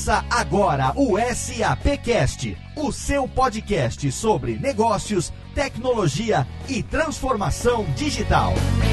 Começa agora o SAPcast, o seu podcast sobre negócios, tecnologia e transformação digital.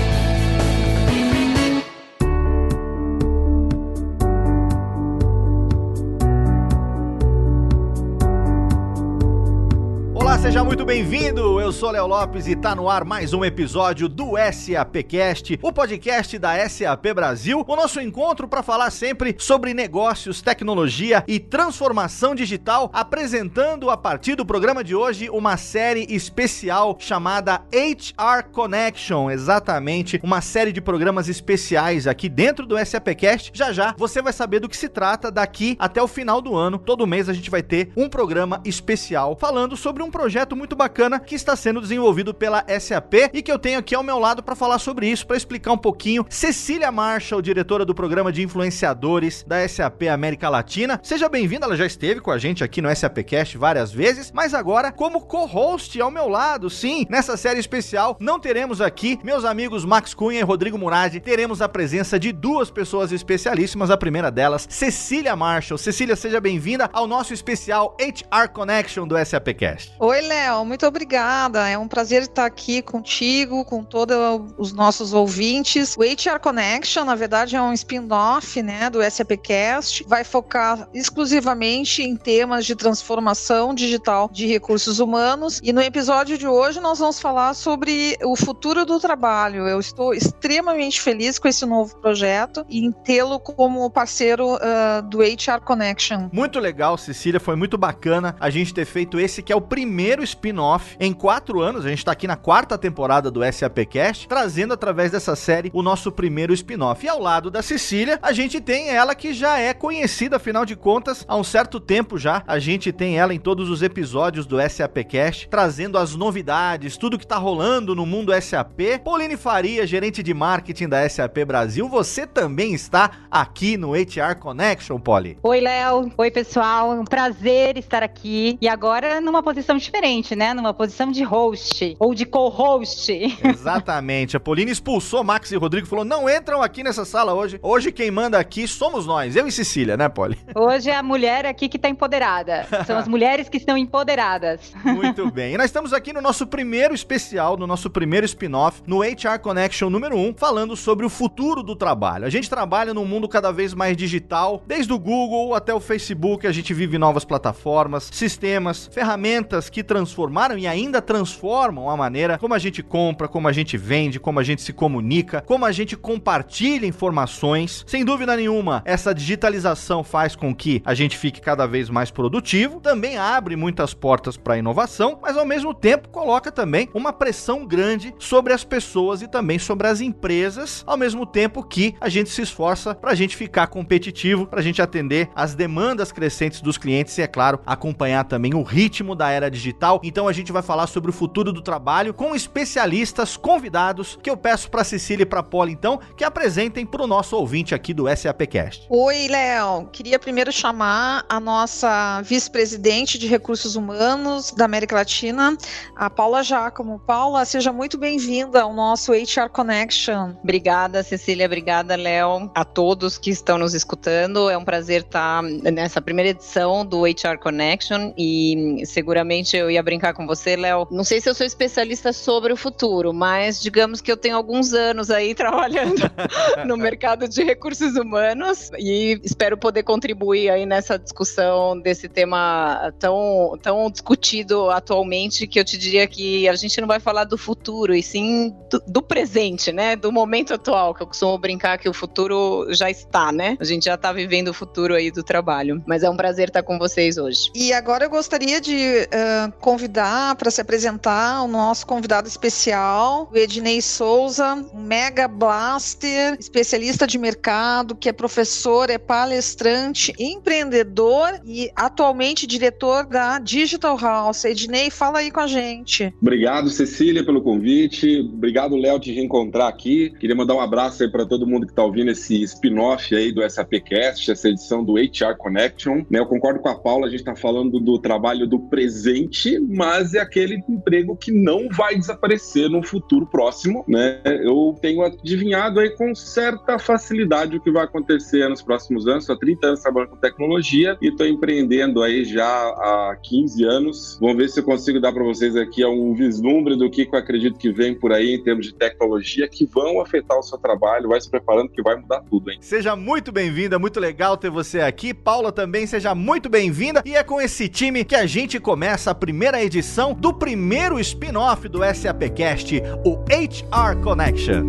Olá, seja muito bem-vindo, eu sou Léo Lopes e tá no ar mais um episódio do SAPcast, o podcast da SAP Brasil, o nosso encontro para falar sempre sobre negócios, tecnologia e transformação digital, apresentando a partir do programa de hoje uma série especial chamada HR Connection, exatamente, uma série de programas especiais aqui dentro do SAPcast. Já você vai saber do que se trata daqui até o final do ano. Todo mês a gente vai ter um programa especial falando sobre um projeto muito bacana que está sendo desenvolvido pela SAP e que eu tenho aqui ao meu lado para falar sobre isso, para explicar um pouquinho. Cecília Marshall, diretora do programa de influenciadores da SAP América Latina. Seja bem-vinda, ela já esteve com a gente aqui no SAPcast várias vezes, mas agora como co-host ao meu lado. Sim, nessa série especial não teremos aqui meus amigos Max Cunha e Rodrigo Murad, teremos a presença de duas pessoas especialíssimas, a primeira delas, Cecília Marshall. Cecília, seja bem-vinda ao nosso especial HR Connection do SAPcast. Oi, Léo, muito obrigada. É um prazer estar aqui contigo, com todos os nossos ouvintes. O HR Connection, na verdade, é um spin-off, né, do SAPcast. Vai focar exclusivamente em temas de transformação digital de recursos humanos. E no episódio de hoje nós vamos falar sobre o futuro do trabalho. Eu estou extremamente feliz com esse novo projeto e em tê-lo como parceiro do HR Connection. Muito legal, Cecília, foi muito bacana a gente ter feito esse que é o primeiro spin-off em 4 anos. A gente está aqui na 4ª temporada do SAPcast, trazendo através dessa série o nosso primeiro spin-off. E ao lado da Cecília, a gente tem ela que já é conhecida, afinal de contas, há um certo tempo já. A gente tem ela em todos os episódios do SAPcast, trazendo as novidades, tudo que tá rolando no mundo SAP. Pauline Faria, gerente de marketing da SAP Brasil, você também está aqui no HR Connection, Poli. Oi, Léo. Oi, pessoal. É um prazer estar aqui. E agora numa posição diferente, né? Numa posição de host ou de co-host. Exatamente. A Pauline expulsou Max e Rodrigo, falou, não entram aqui nessa sala hoje. Hoje quem manda aqui somos nós, eu e Cecília, né, Poli? Hoje é a mulher aqui que tá empoderada. São as mulheres que estão empoderadas. Muito bem. E nós estamos aqui no nosso primeiro especial, no nosso primeiro spin-off, no HR Connection número 1, falando sobre o futuro do trabalho. A gente trabalha num mundo cada vez mais digital, desde o Google até o Facebook, a gente vive novas plataformas, sistemas, ferramentas que transformaram e ainda transformam a maneira como a gente compra, como a gente vende, como a gente se comunica, como a gente compartilha informações. Sem dúvida nenhuma, essa digitalização faz com que a gente fique cada vez mais produtivo, também abre muitas portas para a inovação, mas ao mesmo tempo coloca também uma pressão grande sobre as pessoas e também sobre as empresas, ao mesmo tempo que a gente se esforça para a gente ficar competitivo, para a gente atender as demandas crescentes dos clientes e, é claro, acompanhar também o ritmo da era digital. Então a gente vai falar sobre o futuro do trabalho com especialistas convidados que eu peço para Cecília e para Paula, então, que apresentem para o nosso ouvinte aqui do SAPcast. Oi, Léo. Queria primeiro chamar a nossa vice-presidente de recursos humanos da América Latina, a Paula Giacomo. Paula, seja muito bem-vinda ao nosso HR Connection. Obrigada, Cecília. Obrigada, Léo. A todos que estão nos escutando. É um prazer estar nessa primeira edição do HR Connection e seguramente eu ia brincar com você, Léo. Não sei se eu sou especialista sobre o futuro, mas digamos que eu tenho alguns anos aí trabalhando no mercado de recursos humanos e espero poder contribuir aí nessa discussão desse tema tão discutido atualmente, que eu te diria que a gente não vai falar do futuro, e sim do presente, né? Do momento atual, que eu costumo brincar que o futuro já está, né? A gente já está vivendo o futuro aí do trabalho. Mas é um prazer estar com vocês hoje. E agora eu gostaria de convidar para se apresentar o nosso convidado especial, o Ednei Souza, um mega blaster, especialista de mercado, que é professor, é palestrante, empreendedor e atualmente diretor da Digital House. Ednei, fala aí com a gente. Obrigado, Cecília, pelo convite. Obrigado, Léo, de reencontrar aqui. Queria mandar um abraço aí para todo mundo que está ouvindo esse spin-off aí do SAPcast, essa edição do HR Connection. Eu concordo com a Paula, a gente está falando do trabalho do presente existe, mas é aquele emprego que não vai desaparecer no futuro próximo, né? Eu tenho adivinhado aí com certa facilidade o que vai acontecer nos próximos anos. Estou há 30 anos trabalhando com tecnologia e estou empreendendo aí já há 15 anos. Vamos ver se eu consigo dar para vocês aqui um vislumbre do que eu acredito que vem por aí em termos de tecnologia que vão afetar o seu trabalho. Vai se preparando que vai mudar tudo, hein? Seja muito bem-vinda, muito legal ter você aqui. Paula também, seja muito bem-vinda. E é com esse time que a gente começa a primeira edição do primeiro spin-off do SAPcast, o HR Connection.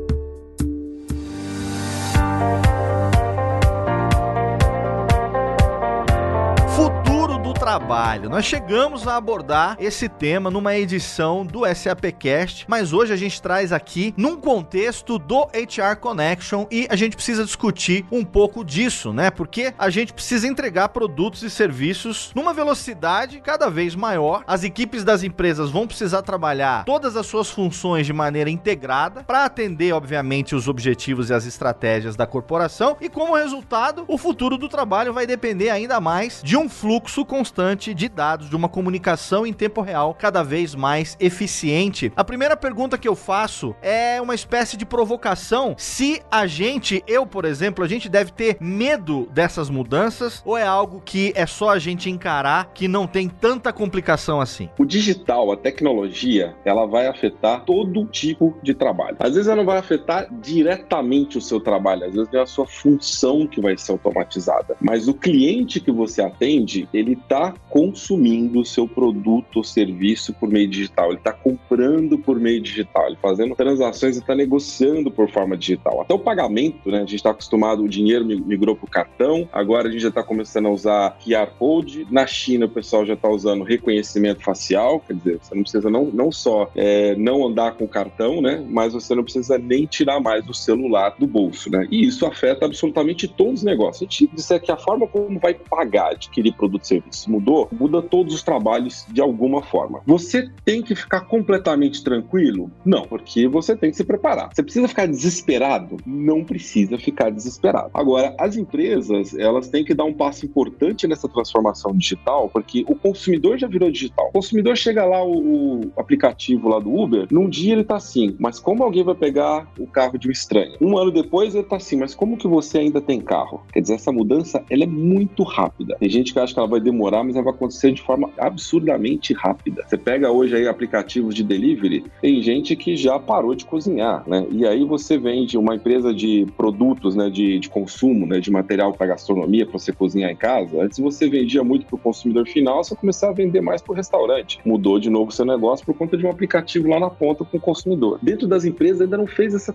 Trabalho. Nós chegamos a abordar esse tema numa edição do SAPcast, mas hoje a gente traz aqui num contexto do HR Connection e a gente precisa discutir um pouco disso, né? Porque a gente precisa entregar produtos e serviços numa velocidade cada vez maior. As equipes das empresas vão precisar trabalhar todas as suas funções de maneira integrada para atender, obviamente, os objetivos e as estratégias da corporação e, como resultado, o futuro do trabalho vai depender ainda mais de um fluxo constante de dados, de uma comunicação em tempo real cada vez mais eficiente. A primeira pergunta que eu faço é uma espécie de provocação. Se eu, por exemplo, a gente deve ter medo dessas mudanças ou é algo que é só a gente encarar, que não tem tanta complicação assim? O digital, a tecnologia, ela vai afetar todo tipo de trabalho. Às vezes ela não vai afetar diretamente o seu trabalho, às vezes é a sua função que vai ser automatizada. Mas o cliente que você atende, ele está consumindo o seu produto ou serviço por meio digital, ele está comprando por meio digital, ele fazendo transações e está negociando por forma digital. Até o pagamento, né? A gente está acostumado, o dinheiro migrou para o cartão, agora a gente já está começando a usar QR Code. Na China o pessoal já está usando reconhecimento facial, quer dizer, você não precisa não só não andar com o cartão, né? Mas você não precisa nem tirar mais o celular do bolso, né? E isso afeta absolutamente todos os negócios. Se a gente disser que a forma como vai pagar, adquirir produto e serviço muda todos os trabalhos de alguma forma. Você tem que ficar completamente tranquilo? Não, porque você tem que se preparar. Você precisa ficar desesperado? Não precisa ficar desesperado. Agora, as empresas, elas têm que dar um passo importante nessa transformação digital, porque o consumidor já virou digital. O consumidor chega lá, o aplicativo lá do Uber, num dia ele tá assim, mas como alguém vai pegar o carro de um estranho? Um ano depois ele tá assim, mas como que você ainda tem carro? Quer dizer, essa mudança, ela é muito rápida. Tem gente que acha que ela vai demorar, mas ela vai acontecer de forma absurdamente rápida. Você pega hoje aí aplicativos de delivery, tem gente que já parou de cozinhar, né? E aí você vende uma empresa de produtos, né, de consumo, né, de material para gastronomia, para você cozinhar em casa. Antes você vendia muito para o consumidor final, você começar a vender mais para o restaurante. Mudou de novo o seu negócio por conta de um aplicativo lá na ponta com o consumidor. Dentro das empresas ainda não fez essa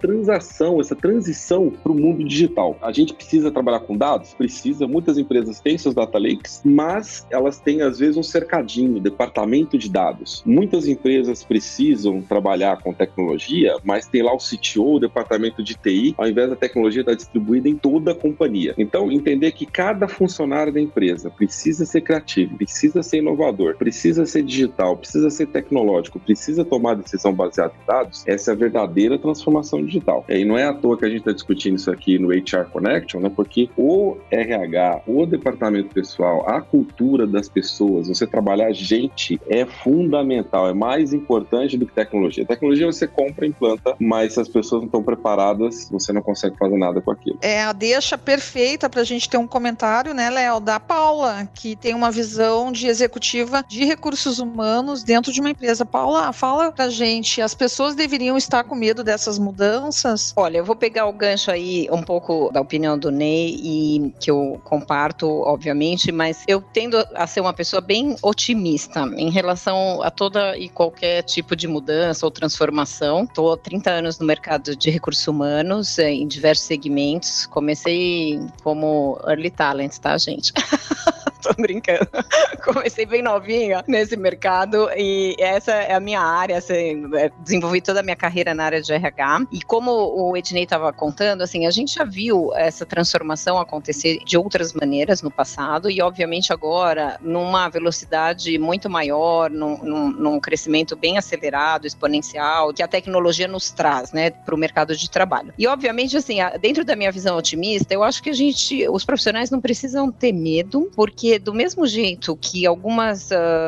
transição para o mundo digital. A gente precisa trabalhar com dados? Precisa. Muitas empresas têm seus data lakes, mas elas têm às vezes um cercadinho, departamento de dados. Muitas empresas precisam trabalhar com tecnologia, mas tem lá o CTO, o departamento de TI, ao invés da tecnologia estar distribuída em toda a companhia. Então, entender que cada funcionário da empresa precisa ser criativo, precisa ser inovador, precisa ser digital, precisa ser tecnológico, precisa tomar decisão baseada em dados, essa é a verdadeira transformação digital. E não é à toa que a gente está discutindo isso aqui no HR Connection, né? Porque o RH, o departamento pessoal, a cultura das pessoas, você trabalhar gente é fundamental, é mais importante do que tecnologia. Tecnologia você compra e implanta, mas se as pessoas não estão preparadas, você não consegue fazer nada com aquilo. É a deixa perfeita para a gente ter um comentário, né, Léo, da Paula, que tem uma visão de executiva de recursos humanos dentro de uma empresa. Paula, fala pra gente, as pessoas deveriam estar com medo dessas mudanças? Olha, eu vou pegar o gancho aí um pouco da opinião do Ney, e que eu comparto, obviamente, mas eu tendo a ser uma pessoa bem otimista em relação a toda e qualquer tipo de mudança ou transformação. Estou há 30 anos no mercado de recursos humanos, em diversos segmentos. Comecei como early talent, tá, gente? Tô brincando. Comecei bem novinha nesse mercado e essa é a minha área, assim, desenvolvi toda a minha carreira na área de RH. E como o Ednei estava contando, assim, a gente já viu essa transformação acontecer de outras maneiras no passado e, obviamente, agora, numa velocidade muito maior, num crescimento bem acelerado, exponencial, que a tecnologia nos traz, né, para o mercado de trabalho. E, obviamente, assim, dentro da minha visão otimista, eu acho que os profissionais não precisam ter medo, porque porque do mesmo jeito que algumas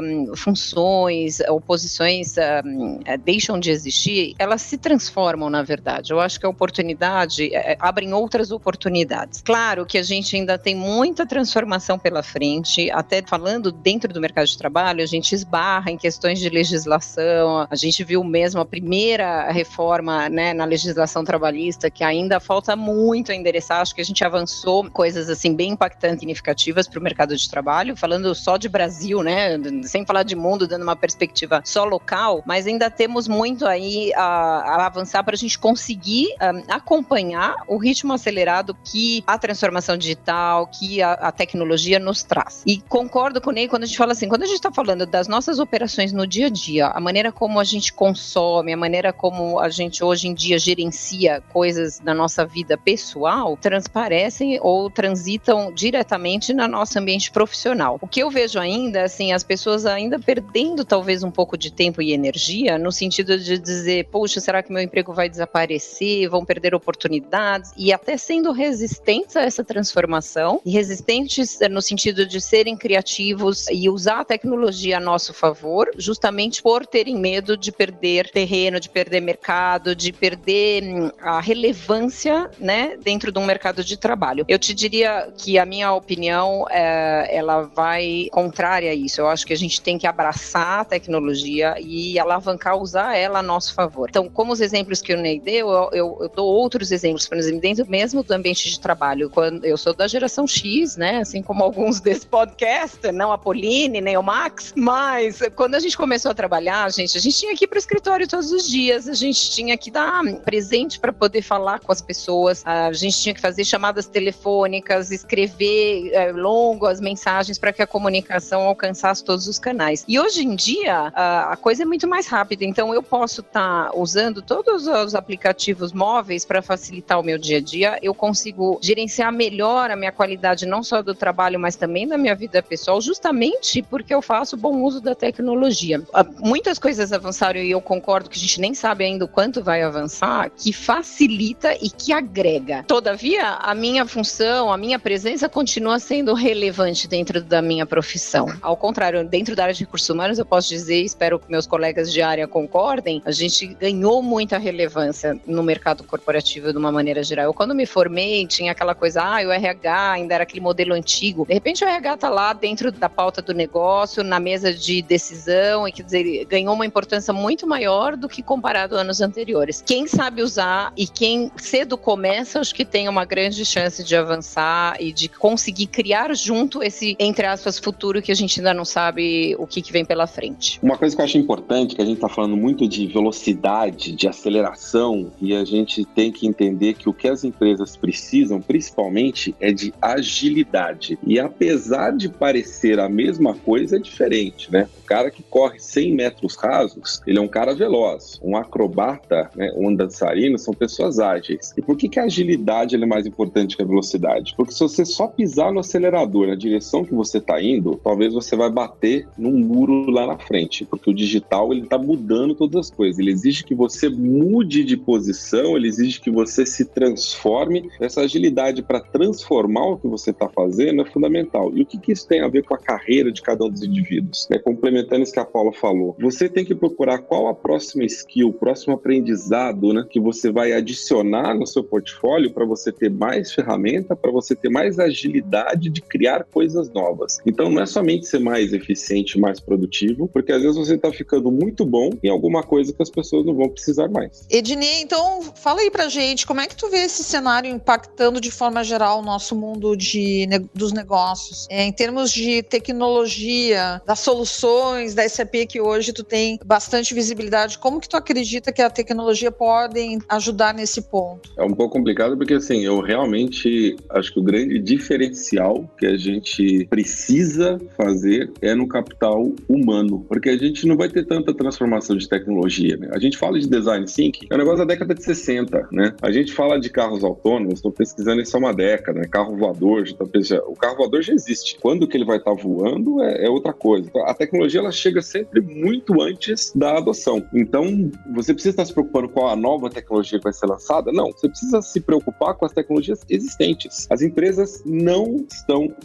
funções ou posições deixam de existir, elas se transformam, na verdade. Eu acho que a oportunidade abrem outras oportunidades. Claro que a gente ainda tem muita transformação pela frente, até falando dentro do mercado de trabalho, a gente esbarra em questões de legislação, a gente viu mesmo a primeira reforma, né, na legislação trabalhista, que ainda falta muito a endereçar. Acho que a gente avançou coisas assim bem impactantes e significativas para o mercado de trabalho, falando só de Brasil, né, sem falar de mundo, dando uma perspectiva só local, mas ainda temos muito aí a avançar para a gente conseguir acompanhar o ritmo acelerado que a transformação digital, que a tecnologia nos traz. E concordo com o Ney quando a gente fala assim, quando a gente está falando das nossas operações no dia a dia, a maneira como a gente consome, a maneira como a gente hoje em dia gerencia coisas da nossa vida pessoal, transparecem ou transitam diretamente no nosso ambiente profissional. O que eu vejo ainda, assim, as pessoas ainda perdendo talvez um pouco de tempo e energia, no sentido de dizer, poxa, será que meu emprego vai desaparecer, vão perder oportunidades, e até sendo resistentes a essa transformação, e resistentes no sentido de serem criativos e usar a tecnologia a nosso favor, justamente por terem medo de perder terreno, de perder mercado, de perder a relevância, né, dentro de um mercado de trabalho. Eu te diria que a minha opinião, ela vai contrária a isso. Eu acho que a gente tem que abraçar a tecnologia e alavancar, usar ela a nosso favor. Então, como os exemplos que o Ney deu, eu dou outros exemplos, por exemplo, dentro mesmo do ambiente de trabalho. Quando eu sou da geração X, né, assim como alguns desse podcast, não a Pauline, nem o Max, mas quando a gente começou a trabalhar, a gente tinha que ir para o escritório todos os dias, a gente tinha que dar presente para poder falar com as pessoas, a gente tinha que fazer chamadas telefônicas, escrever longas mensagens para que a comunicação alcançasse todos os canais. E hoje em dia, a coisa é muito mais rápida, então eu posso estar usando todos os aplicativos móveis para facilitar o meu dia a dia, eu consigo gerenciar melhor a minha qualidade, não só do trabalho, mas também da minha vida pessoal, justamente porque eu faço bom uso da tecnologia. Muitas coisas avançaram e eu concordo que a gente nem sabe ainda o quanto vai avançar, que facilita e que agrega. Todavia, a minha função, a minha presença continua sendo relevante dentro da minha profissão. Ao contrário, dentro da área de recursos humanos, eu posso dizer, espero que meus colegas de área concordem, a gente ganhou muita relevância no mercado corporativo de uma maneira geral. Eu, quando me formei, tinha aquela coisa, o RH ainda era aquele modelo antigo. De repente, o RH está lá dentro da pauta do negócio, na mesa de decisão, e quer dizer, ganhou uma importância muito maior do que comparado a anos anteriores. Quem sabe usar e quem cedo começa, acho que tem uma grande chance de avançar e de conseguir criar junto esse, entre aspas, futuro que a gente ainda não sabe o que vem pela frente. Uma coisa que eu acho importante, que a gente está falando muito de velocidade, de aceleração, e a gente tem que entender que o que as empresas precisam, principalmente, é de agilidade. E apesar de parecer a mesma coisa, é diferente, né? O cara que corre 100 metros rasos, ele é um cara veloz. Um acrobata, né, um dançarino, são pessoas ágeis. E por que a agilidade é mais importante que a velocidade? Porque se você só pisar no acelerador na direção que você está indo, talvez você vai bater num muro lá na frente, porque o digital, ele está mudando todas as coisas. Ele exige que você mude de posição, ele exige que você se transforme. Essa agilidade para transformar o que você está fazendo é fundamental. E o que isso tem a ver com a carreira de cada um dos indivíduos? Complementando isso que a Paula falou, você tem que procurar qual a próxima skill, o próximo aprendizado, né, que você vai adicionar no seu portfólio para você ter mais ferramenta, para você ter mais agilidade de criar coisas novas. Então não é somente ser mais eficiente, mais produtivo, porque às vezes você está ficando muito bom em alguma coisa que as pessoas não vão precisar mais. Ednei, então fala aí pra gente, como é que tu vê esse cenário impactando de forma geral o nosso mundo dos negócios? Em termos de tecnologia, das soluções da SAP, que hoje tu tem bastante visibilidade, como que tu acredita que a tecnologia pode ajudar nesse ponto? É um pouco complicado porque, assim, eu realmente acho que o grande diferencial que a gente precisa fazer é no capital humano, porque a gente não vai ter tanta transformação de tecnologia, né? A gente fala de design thinking, é um negócio da década de 60, né? A gente fala de carros autônomos, estou pesquisando isso há uma década, né? Carro voador, o carro voador já existe. Quando que ele vai estar voando é outra coisa. Então, a tecnologia, ela chega sempre muito antes da adoção. Então, você precisa estar se preocupando com a nova tecnologia que vai ser lançada? Não, você precisa se preocupar com as tecnologias existentes. As empresas não estão implantando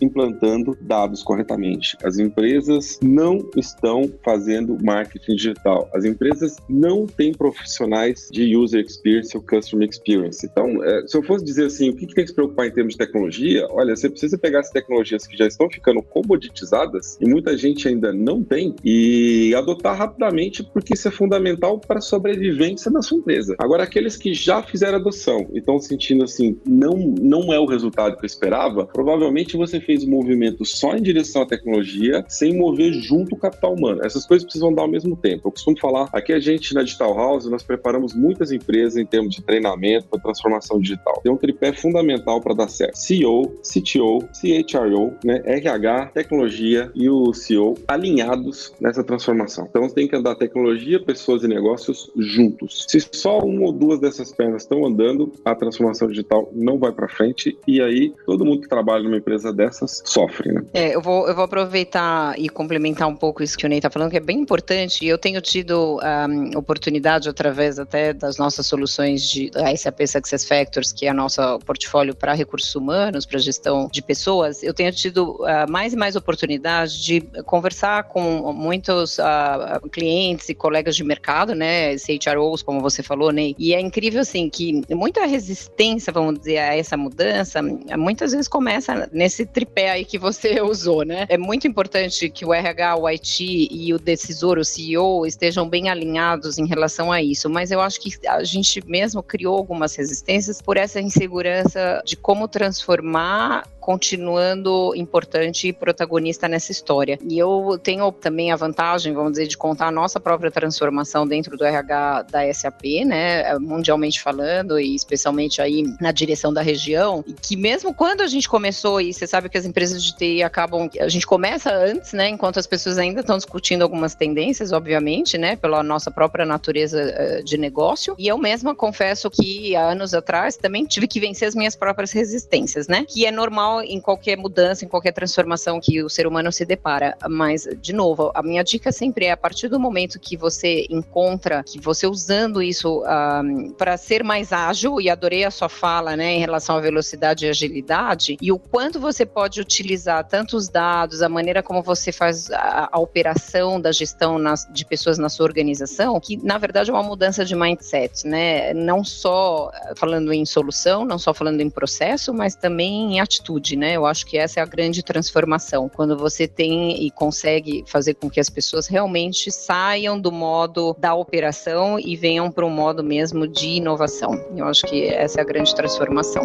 tratando dados corretamente. As empresas não estão fazendo marketing digital. As empresas não têm profissionais de user experience ou customer experience. Então, se eu fosse dizer assim, o que tem que se preocupar em termos de tecnologia? Olha, você precisa pegar as tecnologias que já estão ficando comoditizadas e muita gente ainda não tem e adotar rapidamente, porque isso é fundamental para a sobrevivência da sua empresa. Agora, aqueles que já fizeram adoção e estão sentindo assim, não é o resultado que eu esperava, provavelmente você fez um movimento só em direção à tecnologia, sem mover junto o capital humano. Essas coisas precisam dar ao mesmo tempo. Eu costumo falar, aqui a gente na Digital House, nós preparamos muitas empresas em termos de treinamento para transformação digital. Tem um tripé fundamental para dar certo. CEO, CTO, CHRO, né, RH, tecnologia e o CEO alinhados nessa transformação. Então tem que andar tecnologia, pessoas e negócios juntos. Se só uma ou duas dessas pernas estão andando, a transformação digital não vai para frente e aí todo mundo que trabalha numa empresa dessas sofre, né? Eu vou aproveitar e complementar um pouco isso que o Ney está falando, que é bem importante, e eu tenho tido oportunidade através até das nossas soluções da SAP SuccessFactors, que é a nossa portfólio para recursos humanos, para gestão de pessoas, eu tenho tido mais e mais oportunidade de conversar com muitos clientes e colegas de mercado, né, CHROs, como você falou, Ney, e é incrível, assim, que muita resistência, vamos dizer, a essa mudança, muitas vezes começa nesse tripé aí que você usou, né? É muito importante que o RH, o IT e o decisor, o CEO, estejam bem alinhados em relação a isso, mas eu acho que a gente mesmo criou algumas resistências por essa insegurança de como transformar, continuando importante e protagonista nessa história. E eu tenho também a vantagem, vamos dizer, de contar a nossa própria transformação dentro do RH da SAP, né, mundialmente falando, e especialmente aí na direção da região, e que mesmo quando a gente começou, e você sabe que as empresas de TI a gente começa antes, né, enquanto as pessoas ainda estão discutindo algumas tendências, obviamente, né, pela nossa própria natureza de negócio, e eu mesma confesso que há anos atrás também tive que vencer as minhas próprias resistências, né, que é normal em qualquer mudança, em qualquer transformação que o ser humano se depara, mas, de novo, a minha dica sempre é, a partir do momento que você encontra, que você usando isso para ser mais ágil, e adorei a sua fala, né, em relação à velocidade e agilidade, e o quanto você pode utilizar tanto os dados, a maneira como você faz a operação da gestão de pessoas na sua organização, que, na verdade, é uma mudança de mindset, né, não só falando em solução, não só falando em processo, mas também em atitude, né? Eu acho que essa é a grande transformação, quando você tem e consegue fazer com que as pessoas realmente saiam do modo da operação e venham para um modo mesmo de inovação. Eu acho que essa é a grande transformação.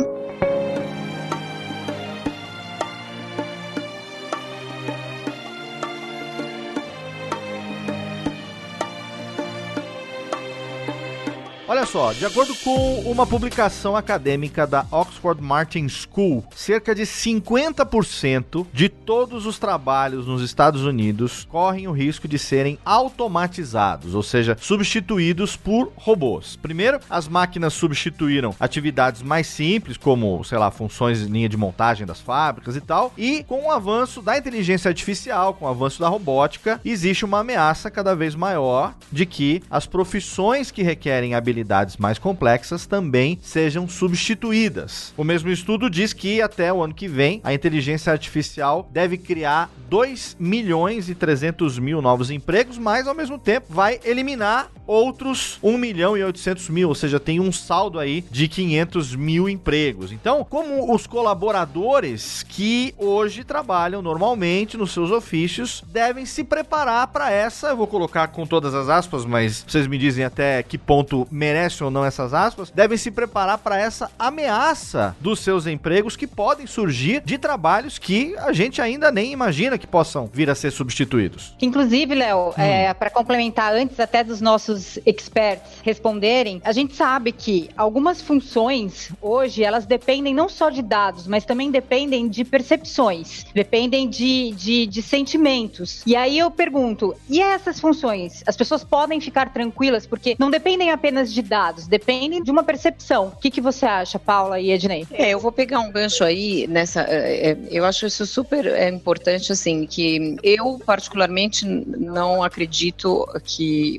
Olha só, de acordo com uma publicação acadêmica da Oxford Martin School, cerca de 50% de todos os trabalhos nos Estados Unidos correm o risco de serem automatizados, ou seja, substituídos por robôs. Primeiro, as máquinas substituíram atividades mais simples, como, funções de linha de montagem das fábricas e tal, e com o avanço da inteligência artificial, com o avanço da robótica, existe uma ameaça cada vez maior de que as profissões que requerem habilidades mais complexas também sejam substituídas. O mesmo estudo diz que até o ano que vem a inteligência artificial deve criar 2.300.000 novos empregos, mas ao mesmo tempo vai eliminar outros 1.800.000, ou seja, tem um saldo aí de 500.000 empregos. Então, como os colaboradores que hoje trabalham normalmente nos seus ofícios devem se preparar para essa, eu vou colocar com todas as aspas, mas vocês me dizem até que ponto merece ou não essas aspas, devem se preparar para essa ameaça dos seus empregos que podem surgir de trabalhos que a gente ainda nem imagina que possam vir a ser substituídos. Inclusive, Léo, para complementar, antes até dos nossos experts responderem, a gente sabe que algumas funções hoje, elas dependem não só de dados, mas também dependem de percepções, dependem de sentimentos. E aí eu pergunto, e essas funções? As pessoas podem ficar tranquilas porque não dependem apenas de dados, dependem de uma percepção. O que você acha, Paula e Ednei? Eu vou pegar um gancho aí nessa. Eu acho isso super importante, assim, que eu particularmente não acredito que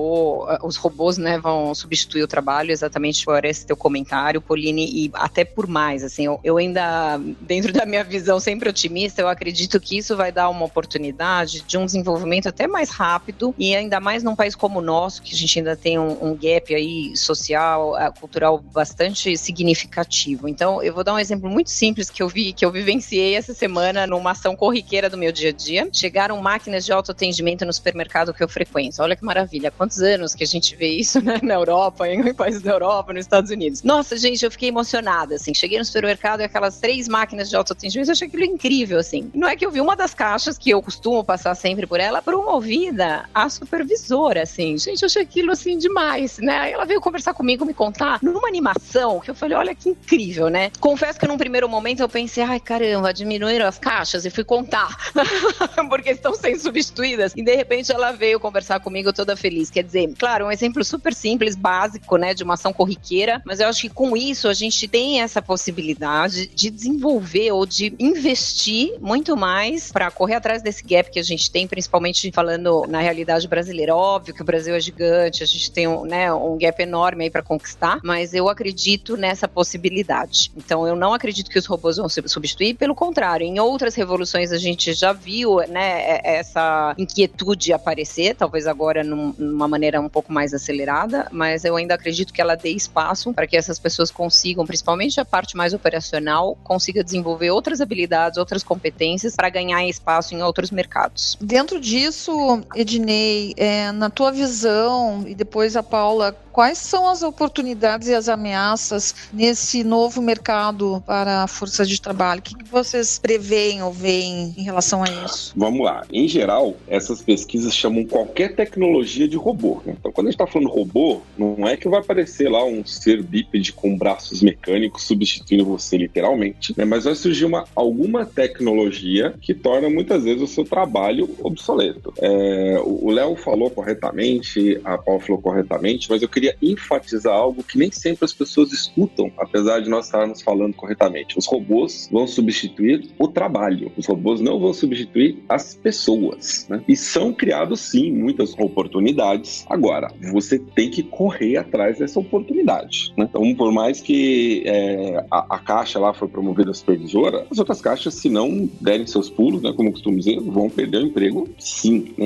os robôs, né, vão substituir o trabalho, exatamente por esse teu comentário, Pauline, e até por mais, assim, eu ainda, dentro da minha visão sempre otimista, eu acredito que isso vai dar uma oportunidade de um desenvolvimento até mais rápido, e ainda mais num país como o nosso, que a gente ainda tem um gap aí social, cultural bastante significativo. Então, eu vou dar um exemplo muito simples que eu vivenciei essa semana numa ação corriqueira do meu dia a dia. Chegaram máquinas de autoatendimento no supermercado que eu frequento. Olha que maravilha. Há quantos anos que a gente vê isso, né, na Europa, em países da Europa, nos Estados Unidos. Nossa, gente, eu fiquei emocionada, assim. Cheguei no supermercado e aquelas 3 máquinas de autoatendimento, eu achei aquilo incrível, assim. Não é que eu vi uma das caixas, que eu costumo passar sempre por ela, promovida a supervisora, assim. Gente, eu achei aquilo, assim, demais, né? Aí ela veio conversar comigo, me contar numa animação, que eu falei, olha que incrível, né? Confesso que num primeiro momento eu pensei, ai, caramba, diminuíram as caixas, e fui contar, porque estão sendo substituídas. E de repente ela veio conversar comigo toda feliz. Quer dizer, claro, um exemplo super simples, básico, né, de uma ação corriqueira, mas eu acho que com isso a gente tem essa possibilidade de desenvolver ou de investir muito mais para correr atrás desse gap que a gente tem, principalmente falando na realidade brasileira. Óbvio que o Brasil é gigante, a gente tem um gap enorme aí para conquistar, mas eu acredito nessa possibilidade. Então eu não acredito que os robôs vão se substituir, pelo contrário, em outras revoluções a gente já viu, né, essa inquietude aparecer, talvez agora numa maneira um pouco mais acelerada, mas eu ainda acredito que ela dê espaço para que essas pessoas consigam, principalmente a parte mais operacional, consiga desenvolver outras habilidades, outras competências para ganhar espaço em outros mercados. Dentro disso, Ednei, na tua visão, e depois a Paula, quais são as oportunidades e as ameaças nesse novo mercado para a força de trabalho? O que vocês preveem ou veem em relação a isso? Vamos lá. Em geral, essas pesquisas chamam qualquer tecnologia de robô, né? Então, quando a gente está falando robô, não é que vai aparecer lá um ser bípede com braços mecânicos substituindo você literalmente, né? Mas vai surgir alguma tecnologia que torna muitas vezes o seu trabalho obsoleto. O Léo falou corretamente, a Paula falou corretamente, mas eu queria enfatizar algo que nem sempre as pessoas escutam, apesar de nós estarmos falando corretamente. Os robôs vão substituir o trabalho. Os robôs não vão substituir as pessoas, né? E são criados, sim, muitas oportunidades. Agora, você tem que correr atrás dessa oportunidade, né? Então, por mais que a caixa lá foi promovida a supervisora, as outras caixas, se não derem seus pulos, né, como eu costumo dizer, vão perder o emprego, sim. Em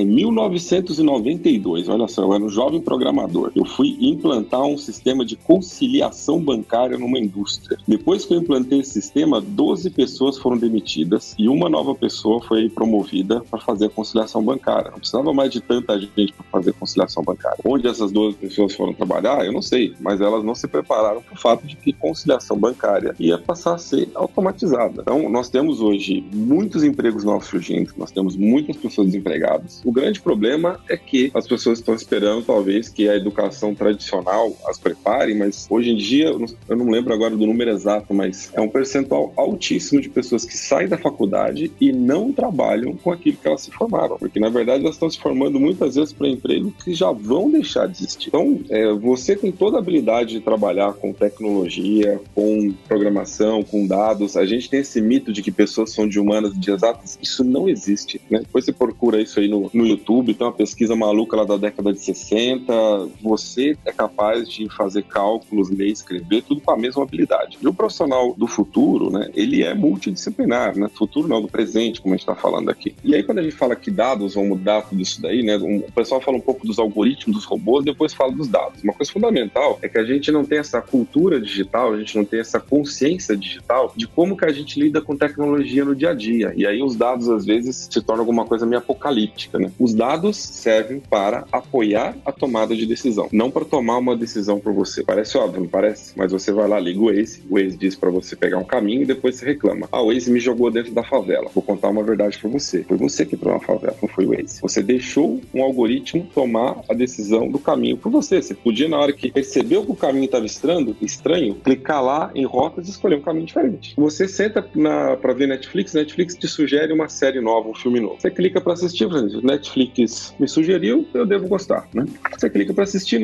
1992, olha só, eu era um jovem programador. Eu fui implantar um sistema de conciliação bancária numa indústria. Depois que eu implantei esse sistema, 12 pessoas foram demitidas e uma nova pessoa foi promovida para fazer a conciliação bancária. Não precisava mais de tanta gente para fazer a conciliação bancária. Onde essas 12 pessoas foram trabalhar, eu não sei, mas elas não se prepararam para o fato de que conciliação bancária ia passar a ser automatizada. Então, nós temos hoje muitos empregos novos surgindo, nós temos muitas pessoas desempregadas. O grande problema é que as pessoas estão esperando, talvez, que a educação tradicional as prepare, mas hoje em dia, eu não lembro agora do número exato, mas é um percentual altíssimo de pessoas que saem da faculdade e não trabalham com aquilo que elas se formaram, porque na verdade elas estão se formando muitas vezes para empregos que já vão deixar de existir. Então, você tem toda a habilidade de trabalhar com tecnologia, com programação, com dados. A gente tem esse mito de que pessoas são de humanas e de exatas. Isso não existe, né? Depois você procura isso aí no YouTube, tem uma pesquisa maluca lá da década de 60. Você é capaz de fazer cálculos, ler, escrever, tudo com a mesma habilidade. E o profissional do futuro, né, ele é multidisciplinar, né? Futuro não, do presente, como a gente está falando aqui. E aí, quando a gente fala que dados vão mudar tudo isso daí, né? O pessoal fala um pouco dos algoritmos, dos robôs, depois fala dos dados. Uma coisa fundamental é que a gente não tem essa cultura digital, a gente não tem essa consciência digital de como que a gente lida com tecnologia no dia a dia. E aí os dados, às vezes, se tornam alguma coisa meio apocalíptica, né? Os dados servem para apoiar a tomada de decisão, não para tomar uma decisão por você. Parece óbvio, não parece? Mas você vai lá, liga o Waze diz para você pegar um caminho e depois você reclama. Ah, o Waze me jogou dentro da favela. Vou contar uma verdade para você. Foi você que entrou na favela, não foi o Waze. Você deixou um algoritmo tomar a decisão do caminho por você. Você podia, na hora que percebeu que o caminho estava estranho, clicar lá em rotas e escolher um caminho diferente. Você senta para ver Netflix te sugere uma série nova, um filme novo. Você clica para assistir, por exemplo, Netflix me sugeriu, eu devo gostar, né? Você clica para assistir, não gostou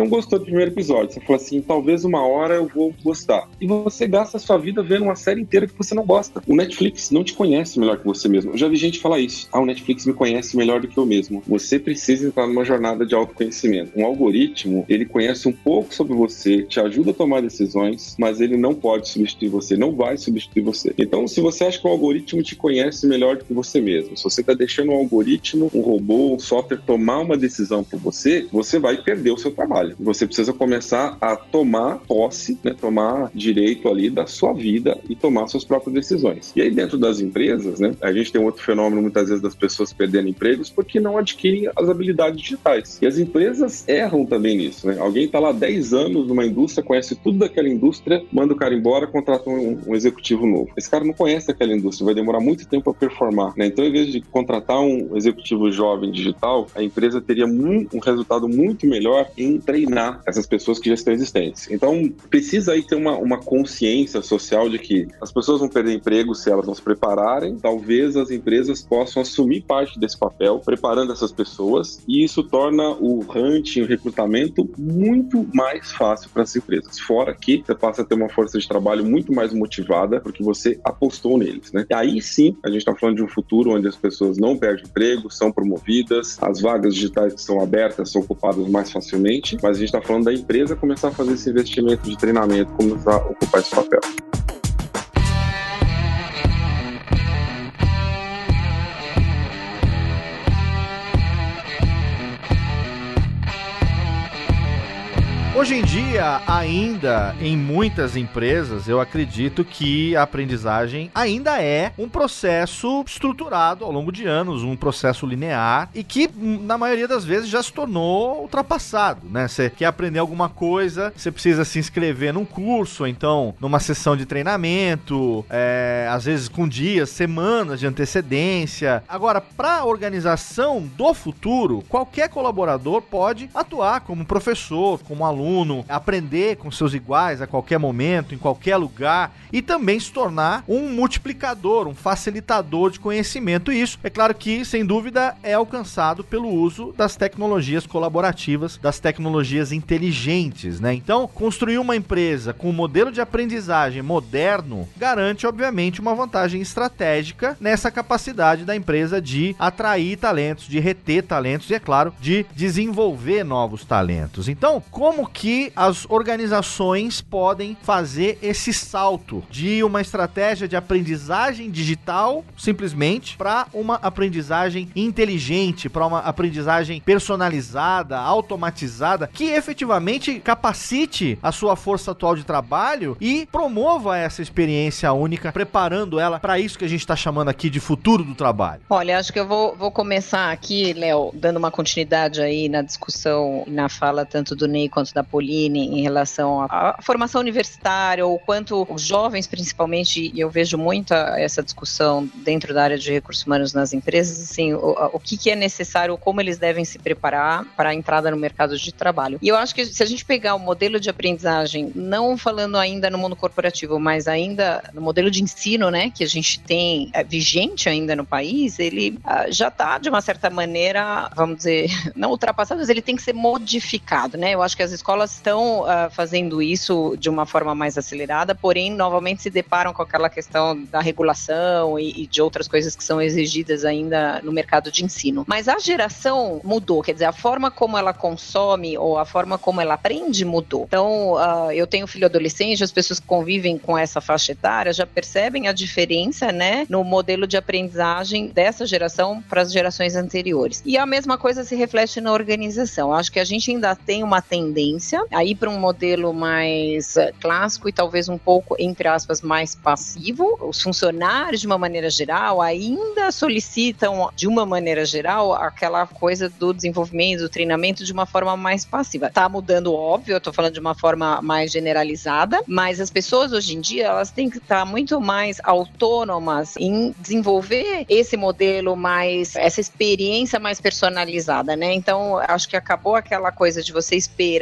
o primeiro episódio. Você fala assim, talvez uma hora eu vou gostar. E você gasta a sua vida vendo uma série inteira que você não gosta. O Netflix não te conhece melhor que você mesmo. Eu já vi gente falar isso. O Netflix me conhece melhor do que eu mesmo. Você precisa entrar numa jornada de autoconhecimento. Um algoritmo, ele conhece um pouco sobre você, te ajuda a tomar decisões, mas ele não pode substituir você, não vai substituir você. Então, se você acha que o algoritmo te conhece melhor do que você mesmo, se você está deixando um algoritmo, um robô, um software tomar uma decisão por você, você vai perder o seu trabalho. Você precisa começar a tomar posse, né, tomar direito ali da sua vida e tomar suas próprias decisões. E aí dentro das empresas, né, a gente tem um outro fenômeno muitas vezes das pessoas perdendo empregos porque não adquirem as habilidades digitais. E as empresas erram também nisso, né? Alguém está lá 10 anos numa indústria, conhece tudo daquela indústria, manda o cara embora, contrata um executivo novo. Esse cara não conhece aquela indústria, vai demorar muito tempo para performar, né? Então, em vez de contratar um executivo jovem digital, a empresa teria um resultado muito melhor em treinar essas pessoas que já estão existentes. Então, precisa aí ter uma consciência social de que as pessoas vão perder emprego se elas não se prepararem. Talvez as empresas possam assumir parte desse papel, preparando essas pessoas, e isso torna o hunting, o recrutamento muito mais fácil para as empresas. Fora que você passa a ter uma força de trabalho muito mais motivada porque você apostou neles, né? E aí sim, a gente está falando de um futuro onde as pessoas não perdem emprego, são promovidas, as vagas digitais que são abertas são ocupadas mais facilmente, mas a gente está falando da empresa começar a fazer esse investimento de treinamento, começar a ocupar esse papel. Hoje em dia, ainda em muitas empresas, eu acredito que a aprendizagem ainda é um processo estruturado ao longo de anos, um processo linear e que, na maioria das vezes, já se tornou ultrapassado, né? Você quer aprender alguma coisa, você precisa se inscrever num curso, ou então numa sessão de treinamento, às vezes com dias, semanas de antecedência. Agora, para a organização do futuro, qualquer colaborador pode atuar como professor, como aluno, aprender com seus iguais a qualquer momento, em qualquer lugar, e também se tornar um multiplicador, um facilitador de conhecimento. E isso, é claro que, sem dúvida, é alcançado pelo uso das tecnologias colaborativas, das tecnologias inteligentes, né? Então, construir uma empresa com um modelo de aprendizagem moderno garante, obviamente, uma vantagem estratégica nessa capacidade da empresa de atrair talentos, de reter talentos e, é claro, de desenvolver novos talentos. Então, como que as organizações podem fazer esse salto de uma estratégia de aprendizagem digital, simplesmente, para uma aprendizagem inteligente, para uma aprendizagem personalizada, automatizada, que efetivamente capacite a sua força atual de trabalho e promova essa experiência única, preparando ela para isso que a gente está chamando aqui de futuro do trabalho? Olha, acho que eu vou começar aqui, Léo, dando uma continuidade aí na discussão e na fala tanto do Ney quanto da Pauline em relação à formação universitária, ou quanto os jovens, principalmente, e eu vejo muito essa discussão dentro da área de recursos humanos nas empresas, assim, o que é necessário, como eles devem se preparar para a entrada no mercado de trabalho. E eu acho que se a gente pegar o modelo de aprendizagem, não falando ainda no mundo corporativo, mas ainda no modelo de ensino, né, que a gente tem vigente ainda no país, ele já está, de uma certa maneira, vamos dizer, não ultrapassado, mas ele tem que ser modificado, né? Eu acho que as escolas estão fazendo isso de uma forma mais acelerada, porém, novamente se deparam com aquela questão da regulação e de outras coisas que são exigidas ainda no mercado de ensino. Mas a geração mudou, quer dizer, a forma como ela consome ou a forma como ela aprende mudou. Então, eu tenho filho adolescente, as pessoas que convivem com essa faixa etária já percebem a diferença, né, no modelo de aprendizagem dessa geração para as gerações anteriores. E a mesma coisa se reflete na organização. Acho que a gente ainda tem uma tendência a ir para um modelo mais clássico e talvez um pouco, entre aspas, mais passivo. Os funcionários, de uma maneira geral, ainda solicitam, de uma maneira geral, aquela coisa do desenvolvimento, do treinamento de uma forma mais passiva. Tá mudando, óbvio, eu tô falando de uma forma mais generalizada, mas as pessoas hoje em dia, elas têm que estar muito mais autônomas em desenvolver esse modelo mais, essa experiência mais personalizada, né? Então, acho que acabou aquela coisa de você esperar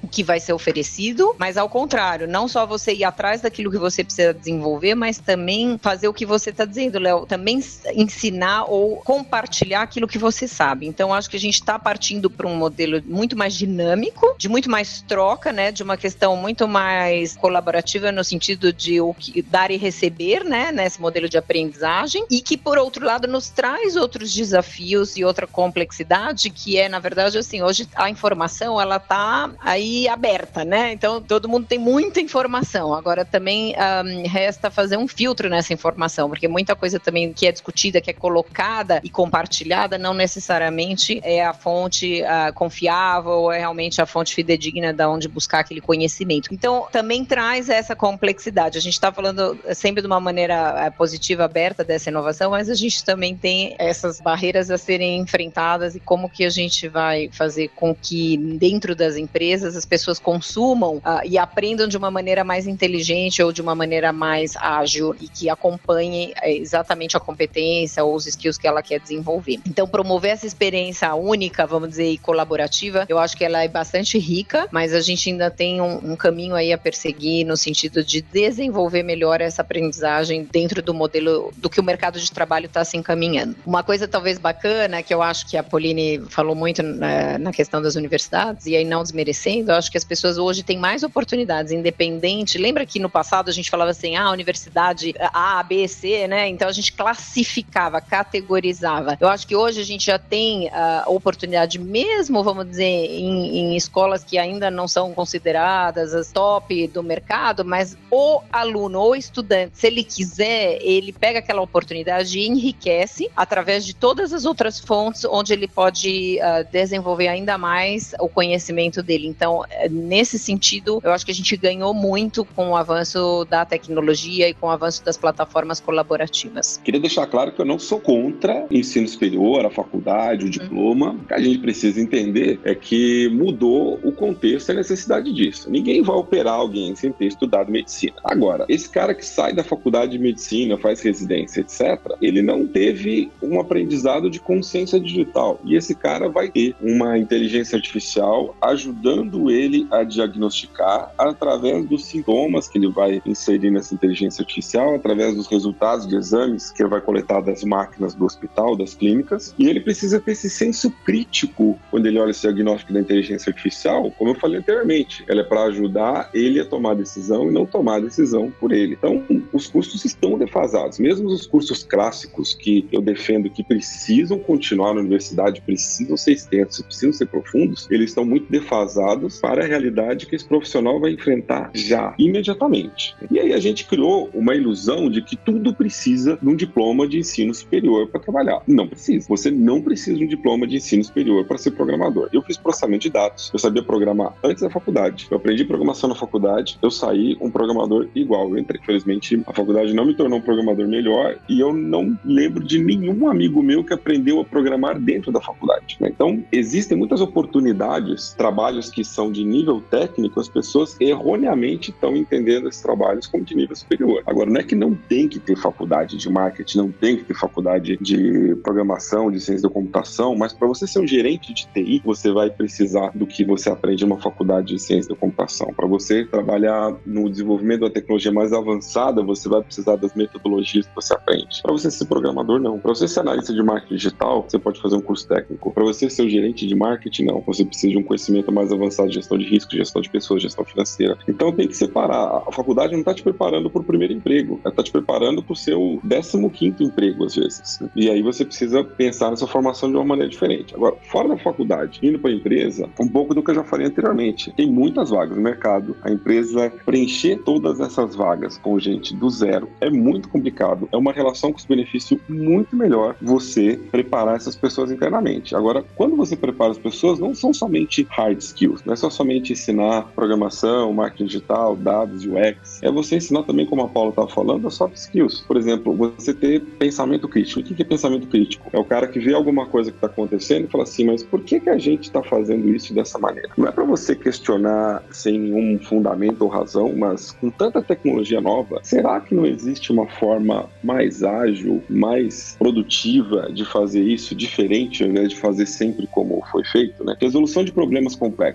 que vai ser oferecido, mas ao contrário, não só você ir atrás daquilo que você precisa desenvolver, mas também fazer o que você está dizendo, Léo, também ensinar ou compartilhar aquilo que você sabe. Então, acho que a gente está partindo para um modelo muito mais dinâmico, de muito mais troca, né, de uma questão muito mais colaborativa no sentido de o que dar e receber, né, nesse modelo de aprendizagem, e que, por outro lado, nos traz outros desafios e outra complexidade, que é, na verdade, assim, hoje a informação, ela tá aí aberta, né, então todo mundo tem muita informação, agora também resta fazer um filtro nessa informação, porque muita coisa também que é discutida, que é colocada e compartilhada, não necessariamente é a fonte confiável, é realmente a fonte fidedigna de onde buscar aquele conhecimento. Então, também traz essa complexidade. A gente está falando sempre de uma maneira positiva, aberta dessa inovação, mas a gente também tem essas barreiras a serem enfrentadas e como que a gente vai fazer com que dentro das empresas as pessoas consumam e aprendam de uma maneira mais inteligente ou de uma maneira mais ágil e que acompanhe exatamente a competência ou os skills que ela quer desenvolver. Então, promover essa experiência única, vamos dizer, e colaborativa, eu acho que ela é bastante rica, mas a gente ainda tem um caminho aí a perseguir no sentido de desenvolver melhor essa aprendizagem dentro do modelo do que o mercado de trabalho está se encaminhando. Uma coisa talvez bacana, que eu acho que a Pauline falou muito na questão das universidades, e aí não desmerecendo, eu acho que as pessoas hoje têm mais oportunidades, independente. Lembra que no passado a gente falava assim, universidade A, B, C, né? Então a gente classificava, categorizava. Eu acho que hoje a gente já tem a oportunidade mesmo, vamos dizer, em escolas que ainda não são consideradas as top do mercado, mas o aluno ou estudante, se ele quiser, ele pega aquela oportunidade e enriquece através de todas as outras fontes onde ele pode desenvolver ainda mais o conhecimento dele. Então, nesse sentido, eu acho que a gente ganhou muito com o avanço da tecnologia e com o avanço das plataformas colaborativas. Queria deixar claro que eu não sou contra o ensino superior, a faculdade, o diploma. O que a gente precisa entender é que mudou o contexto e a necessidade disso. Ninguém vai operar alguém sem ter estudado medicina. Agora, esse cara que sai da faculdade de medicina, faz residência, etc., ele não teve um aprendizado de consciência digital. E esse cara vai ter uma inteligência artificial ajudando ele a diagnosticar através dos sintomas que ele vai inserir nessa inteligência artificial, através dos resultados de exames que ele vai coletar das máquinas do hospital, das clínicas. E ele precisa ter esse senso crítico quando ele olha esse diagnóstico da inteligência artificial, como eu falei anteriormente. Ela é para ajudar ele a tomar decisão e não tomar a decisão por ele. Então, os cursos estão defasados. Mesmo os cursos clássicos que eu defendo que precisam continuar na universidade, precisam ser extensos, precisam ser profundos, eles estão muito defasados para a realidade que esse profissional vai enfrentar já, imediatamente. E aí a gente criou uma ilusão de que tudo precisa de um diploma de ensino superior para trabalhar. Não precisa. Você não precisa de um diploma de ensino superior para ser programador. Eu fiz processamento de dados. Eu sabia programar antes da faculdade. Eu aprendi programação na faculdade. Eu saí um programador igual. Eu entrei. Infelizmente, a faculdade não me tornou um programador melhor e eu não lembro de nenhum amigo meu que aprendeu a programar dentro da faculdade. Então, existem muitas oportunidades, trabalhos que são de nível técnico, as pessoas erroneamente estão entendendo esses trabalhos como de nível superior. Agora, não é que não tem que ter faculdade de marketing, não tem que ter faculdade de programação, de ciência da computação, mas para você ser um gerente de TI, você vai precisar do que você aprende numa faculdade de ciência da computação. Para você trabalhar no desenvolvimento da tecnologia mais avançada, você vai precisar das metodologias que você aprende. Para você ser programador, não. Para você ser analista de marketing digital, você pode fazer um curso técnico. Para você ser um gerente de marketing, não. Você precisa de um conhecimento mais avançado de gestão de risco, gestão de pessoas, gestão financeira. Então tem que separar. A faculdade não está te preparando para o primeiro emprego, ela está te preparando para o seu 15º emprego, às vezes. E aí você precisa pensar nessa formação de uma maneira diferente. Agora, fora da faculdade, indo para a empresa, um pouco do que eu já falei anteriormente. Tem muitas vagas no mercado. A empresa preencher todas essas vagas com gente do zero é muito complicado. É uma relação custo-benefício muito melhor você preparar essas pessoas internamente. Agora, quando você prepara as pessoas, não são somente hard skills, não é só somente ensinar programação, marketing digital, dados, UX. É você ensinar também, como a Paula estava falando, as soft skills. Por exemplo, você ter pensamento crítico. O que é pensamento crítico? É o cara que vê alguma coisa que está acontecendo e fala assim, mas por que a gente está fazendo isso dessa maneira? Não é para você questionar sem nenhum fundamento ou razão, mas com tanta tecnologia nova, será que não existe uma forma mais ágil, mais produtiva de fazer isso diferente, ao invés de fazer sempre como foi feito, né? Resolução de problemas complexos é uma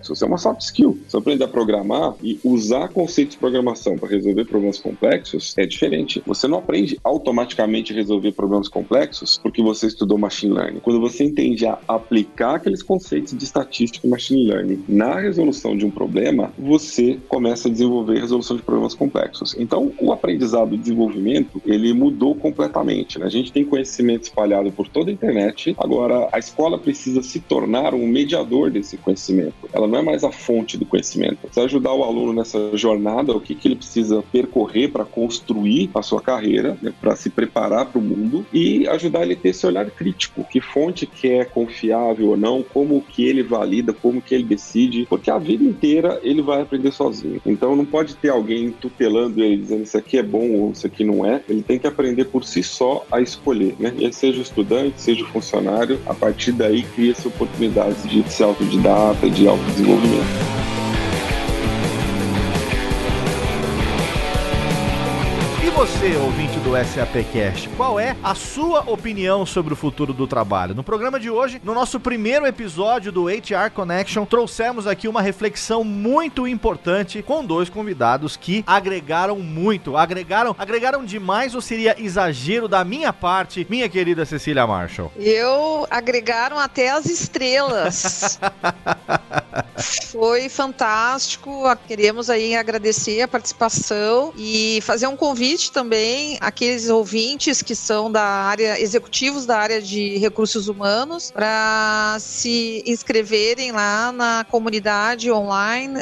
soft skill. Você aprende a programar e usar conceitos de programação para resolver problemas complexos é diferente. Você não aprende automaticamente a resolver problemas complexos porque você estudou machine learning. Quando você entende a aplicar aqueles conceitos de estatística e machine learning na resolução de um problema, você começa a desenvolver resolução de problemas complexos. Então, o aprendizado e desenvolvimento, ele mudou completamente, né? A gente tem conhecimento espalhado por toda a internet, agora a escola precisa se tornar um mediador desse conhecimento. Ela não é mais a fonte do conhecimento. Você ajudar o aluno nessa jornada, o que ele precisa percorrer para construir a sua carreira, né, para se preparar para o mundo e ajudar ele a ter esse olhar crítico. Que fonte que é confiável ou não, como que ele valida, como que ele decide, porque a vida inteira ele vai aprender sozinho. Então não pode ter alguém tutelando ele, dizendo isso aqui é bom ou isso aqui não é. Ele tem que aprender por si só a escolher, né? E seja o estudante, seja o funcionário, a partir daí cria-se oportunidades de ser autodidata, de autodesenvolvimento. Você, ouvinte do SAPcast, qual é a sua opinião sobre o futuro do trabalho? No programa de hoje, no nosso primeiro episódio do HR Connection, trouxemos aqui uma reflexão muito importante com 2 convidados que agregaram muito. Agregaram demais ou seria exagero da minha parte, minha querida Cecília Marshall? Agregaram até as estrelas. Foi fantástico. Queremos aí agradecer a participação e fazer um convite também àqueles ouvintes que são da área, executivos da área de recursos humanos, para se inscreverem lá na comunidade online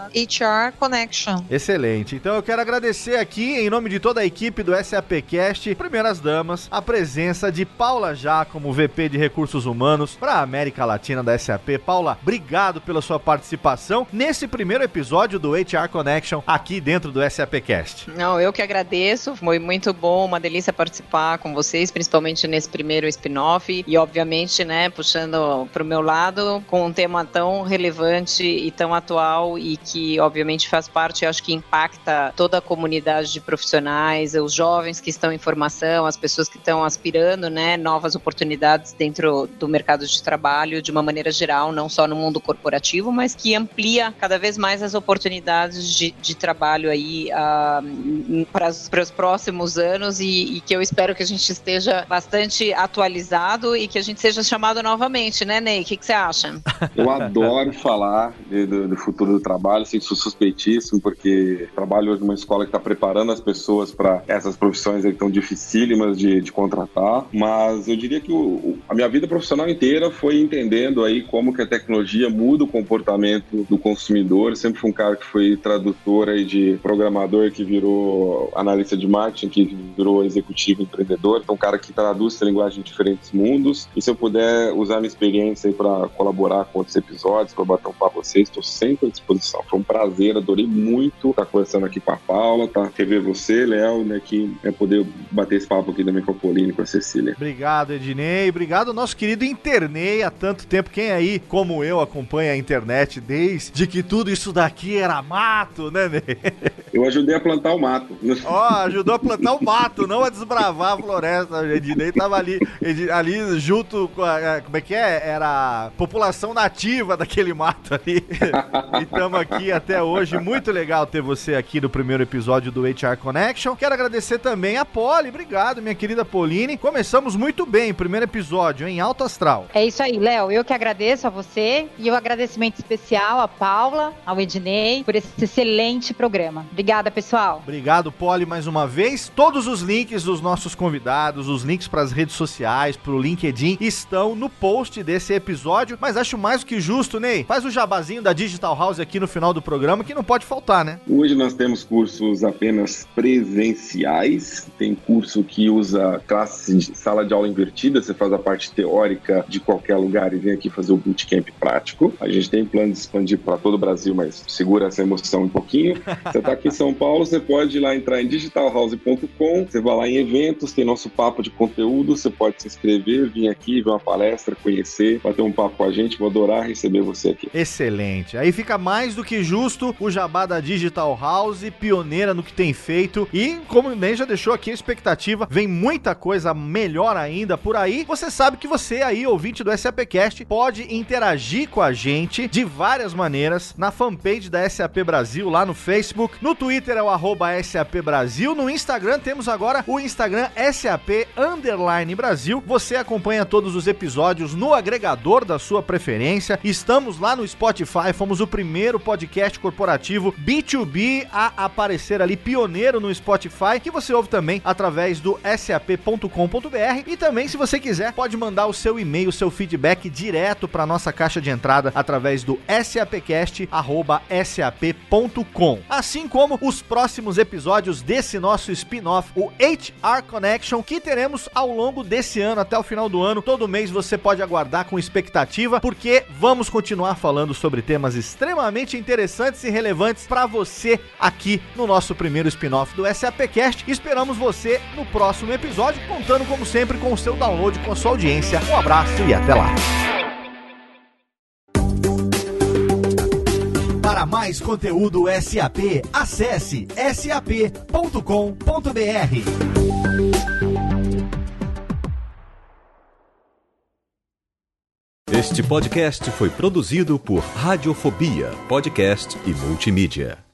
HR Connection. Excelente. Então eu quero agradecer aqui, em nome de toda a equipe do SAPcast, primeiras damas, a presença de Paula Giacomo, VP de Recursos Humanos para a América Latina da SAP. Paula, obrigado pela sua participação nesse primeiro episódio do HR Connection aqui dentro do SAPcast. Não, eu que agradeço. Foi muito bom, uma delícia participar com vocês, principalmente nesse primeiro spin-off e, obviamente, né, puxando para o meu lado, com um tema tão relevante e tão atual e que, obviamente, faz parte, acho que impacta toda a comunidade de profissionais, os jovens que estão em formação, as pessoas que estão aspirando, né, novas oportunidades dentro do mercado de trabalho, de uma maneira geral, não só no mundo corporativo, mas que amplia cada vez mais as oportunidades de trabalho aí para os próximos anos e que eu espero que a gente esteja bastante atualizado e que a gente seja chamado novamente, né, Ney? O que você acha? Eu adoro falar do futuro do trabalho, assim, sou suspeitíssimo, porque trabalho hoje numa escola que está preparando as pessoas para essas profissões aí que estão dificílimas de contratar, mas eu diria que a minha vida profissional inteira foi entendendo aí como que a tecnologia muda o comportamento do consumidor. Sempre fui um cara que foi tradutor aí de programador, que virou analista de marketing, que virou executivo empreendedor, então um cara que traduz essa linguagem em diferentes mundos. E se eu puder usar minha experiência aí para colaborar com outros episódios, para bater um papo com vocês, estou sempre à disposição. Foi um prazer, adorei muito estar conversando aqui com a Paula, rever você, Léo, né, que é poder bater esse papo aqui da Micropoline com a Cecília. Obrigado, Ednei, obrigado nosso querido Internei, há tanto tempo. Quem aí, como eu, acompanha a internet desde que tudo isso daqui era mato, né, Ney? Eu ajudei a plantar o mato. Ajudou a plantar o mato, não a desbravar a floresta. O Ednei tava ali junto com como é que é? Era a população nativa daquele mato ali. E estamos aqui até hoje. Muito legal ter você aqui no primeiro episódio do HR Connection. Quero agradecer também a Poli. Obrigado, minha querida Pauline. Começamos muito bem, primeiro episódio, em alto astral. É isso aí, Léo. Eu que agradeço a você e um agradecimento especial à Paula, ao Ednei, por esse excelente programa. Obrigada, pessoal. Obrigado, Poli, mais uma vez. Todos os links dos nossos convidados, os links para as redes sociais, para o LinkedIn, estão no post desse episódio. Mas acho mais do que justo, Ney. Faz o jabazinho da Digital House aqui no final do programa, que não pode faltar, né? Hoje nós temos cursos apenas presenciais. Tem curso que usa classe de sala de aula invertida. Você faz a parte teórica de qualquer lugar e vem aqui fazer o bootcamp prático. A gente tem plano de expandir para todo o Brasil, mas segura essa emoção um pouquinho. Você está aqui em São Paulo, você pode ir lá entrar em digital digitalhouse.com, você vai lá em eventos, tem nosso papo de conteúdo, você pode se inscrever, vir aqui, ver uma palestra, conhecer, bater um papo com a gente, vou adorar receber você aqui. Excelente. Aí fica mais do que justo o jabá da Digital House, pioneira no que tem feito, e como o Ney já deixou aqui a expectativa, vem muita coisa melhor ainda por aí. Você sabe que você aí, ouvinte do SAPcast, pode interagir com a gente de várias maneiras na fanpage da SAP Brasil, lá no Facebook, no Twitter é o @SAP Brasil, no Instagram temos agora o Instagram SAP_Brasil. Você acompanha todos os episódios no agregador da sua preferência. Estamos lá no Spotify, fomos o primeiro podcast corporativo B2B a aparecer ali, pioneiro no Spotify, que você ouve também através do sap.com.br, e também, se você quiser, pode mandar o seu e-mail, seu feedback direto para nossa caixa de entrada através do sapcast@sap.com. Assim como os próximos episódios desse nosso spin-off, o HR Connection, que teremos ao longo desse ano, até o final do ano. Todo mês você pode aguardar com expectativa, porque vamos continuar falando sobre temas extremamente interessantes e relevantes para você aqui no nosso primeiro spin-off do SAPcast. Esperamos você no próximo episódio, contando como sempre com o seu download, com a sua audiência. Um abraço e até lá. Para mais conteúdo SAP, acesse sap.com.br. Este podcast foi produzido por Radiofobia, podcast e multimídia.